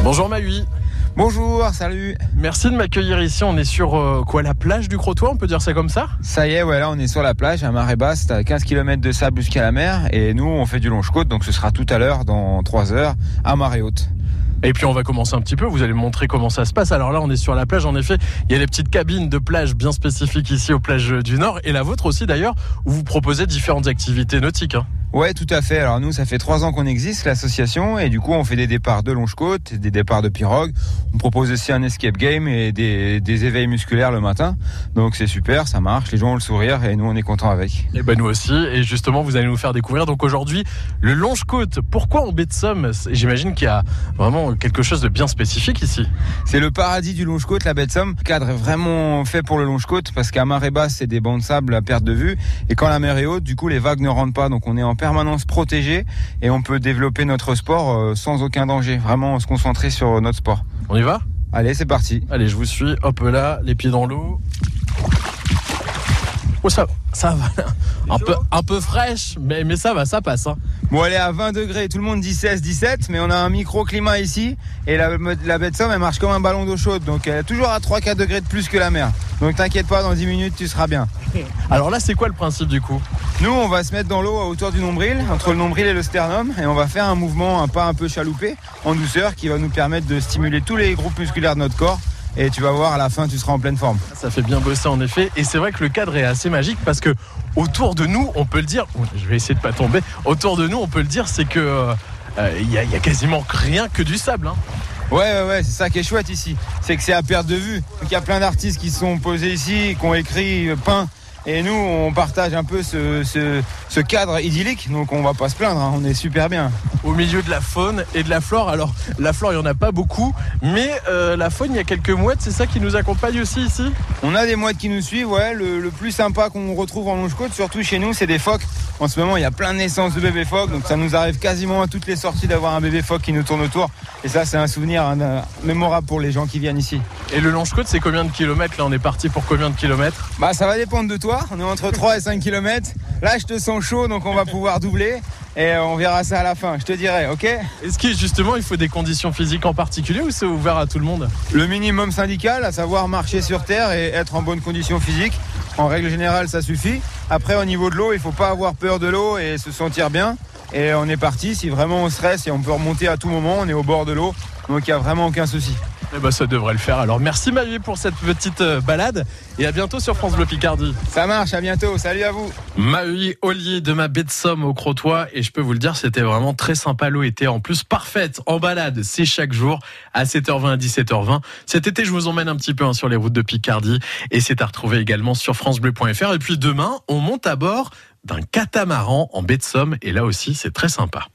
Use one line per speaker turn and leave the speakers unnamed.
Bonjour Mahui.
Bonjour, salut.
Merci de m'accueillir ici. On est sur la plage du Crotoy, on peut dire ça comme ça ?
Ça y est, là on est sur la plage à marée basse, à 15 km de sable jusqu'à la mer. Et nous on fait du longe-côte, donc ce sera tout à l'heure, dans 3 heures, à marée haute.
Et puis on va commencer un petit peu, vous allez me montrer comment ça se passe. Alors là on est sur la plage, en effet, il y a les petites cabines de plage bien spécifiques ici aux plages du Nord, et la vôtre aussi d'ailleurs, où vous proposez différentes activités nautiques.
Ouais, tout à fait. Alors nous, ça fait 3 ans qu'on existe, l'association, et du coup, on fait des départs de longe-côte, des départs de pirogue. On propose aussi un escape game et des éveils musculaires le matin. Donc c'est super, ça marche, les gens ont le sourire et nous, on est contents avec.
Et ben nous aussi. Et justement, vous allez nous faire découvrir donc aujourd'hui le longe-côte. Pourquoi en baie de Somme ? J'imagine qu'il y a vraiment quelque chose de bien spécifique ici.
C'est le paradis du longe-côte, la baie de Somme. Le cadre est vraiment fait pour le longe-côte parce qu'à marée basse, c'est des bancs de sable à perte de vue. Et quand la mer est haute, du coup, les vagues ne rentrent pas. Donc on est en permanence protégé et on peut développer notre sport sans aucun danger. Vraiment se concentrer sur notre sport.
On y va ?
Allez, c'est parti.
Allez, je vous suis. Hop là, les pieds dans l'eau. Oh, ça va. Un peu fraîche, mais ça va, ça passe.
Bon, elle est à 20 degrés. Tout le monde dit 16, 17, mais on a un microclimat ici. Et la baie de Somme, elle marche comme un ballon d'eau chaude. Donc, elle est toujours à 3-4 degrés de plus que la mer. Donc, t'inquiète pas, dans 10 minutes, tu seras bien.
Alors là, c'est quoi le principe du coup ?
Nous, on va se mettre dans l'eau à hauteur du nombril, entre le nombril et le sternum. Et on va faire un mouvement, un pas un peu chaloupé, en douceur, qui va nous permettre de stimuler tous les groupes musculaires de notre corps. Et tu vas voir, à la fin, tu seras en pleine forme.
Ça fait bien bosser en effet. Et c'est vrai que le cadre est assez magique parce que autour de nous, on peut le dire, je vais essayer de pas tomber, autour de nous, on peut le dire, c'est que y a quasiment rien que du sable.
Ouais, c'est ça qui est chouette ici. C'est que c'est à perte de vue. Donc il y a plein d'artistes qui se sont posés ici, qui ont écrit, peint. Et nous, on partage un peu ce cadre idyllique, donc on va pas se plaindre, on est super bien.
Au milieu de la faune et de la flore, alors la flore, il n'y en a pas beaucoup, mais la faune, il y a quelques mouettes, c'est ça qui nous accompagne aussi ici ? On
a des mouettes qui nous suivent, ouais. Le plus sympa qu'on retrouve en longe-côte, surtout chez nous, c'est des phoques. En ce moment, il y a plein de naissances de bébés phoques, donc ça nous arrive quasiment à toutes les sorties d'avoir un bébé phoque qui nous tourne autour. Et ça, c'est un souvenir mémorable pour les gens qui viennent ici.
Et le longe-côte, c'est combien de kilomètres ? Là, on est parti pour combien de kilomètres ?
Ça va dépendre de toi. On est entre 3 et 5 km. Là, je te sens chaud, donc on va pouvoir doubler. Et on verra ça à la fin, je te dirai, ok ?
Est-ce que justement, il faut des conditions physiques en particulier ou c'est ouvert à tout le monde ?
Le minimum syndical, à savoir marcher sur terre et être en bonne condition physique. En règle générale, ça suffit. Après, au niveau de l'eau, il ne faut pas avoir peur de l'eau et se sentir bien. Et on est parti. Si vraiment on stresse, et on peut remonter à tout moment, on est au bord de l'eau. Donc, il n'y a vraiment aucun souci.
Ça devrait le faire. Alors, merci Mahui pour cette petite balade. Et à bientôt sur France Bleu Picardie.
Ça marche, à bientôt. Salut à vous.
Mahui Ollier de ma baie de Somme au Crotoy. Et je peux vous le dire, c'était vraiment très sympa. L'eau était en plus parfaite en balade. C'est chaque jour à 7h20 à 17h20. Cet été, je vous emmène un petit peu sur les routes de Picardie. Et c'est à retrouver également sur francebleu.fr. Et puis demain, on monte à bord d'un catamaran en baie de Somme. Et là aussi, c'est très sympa.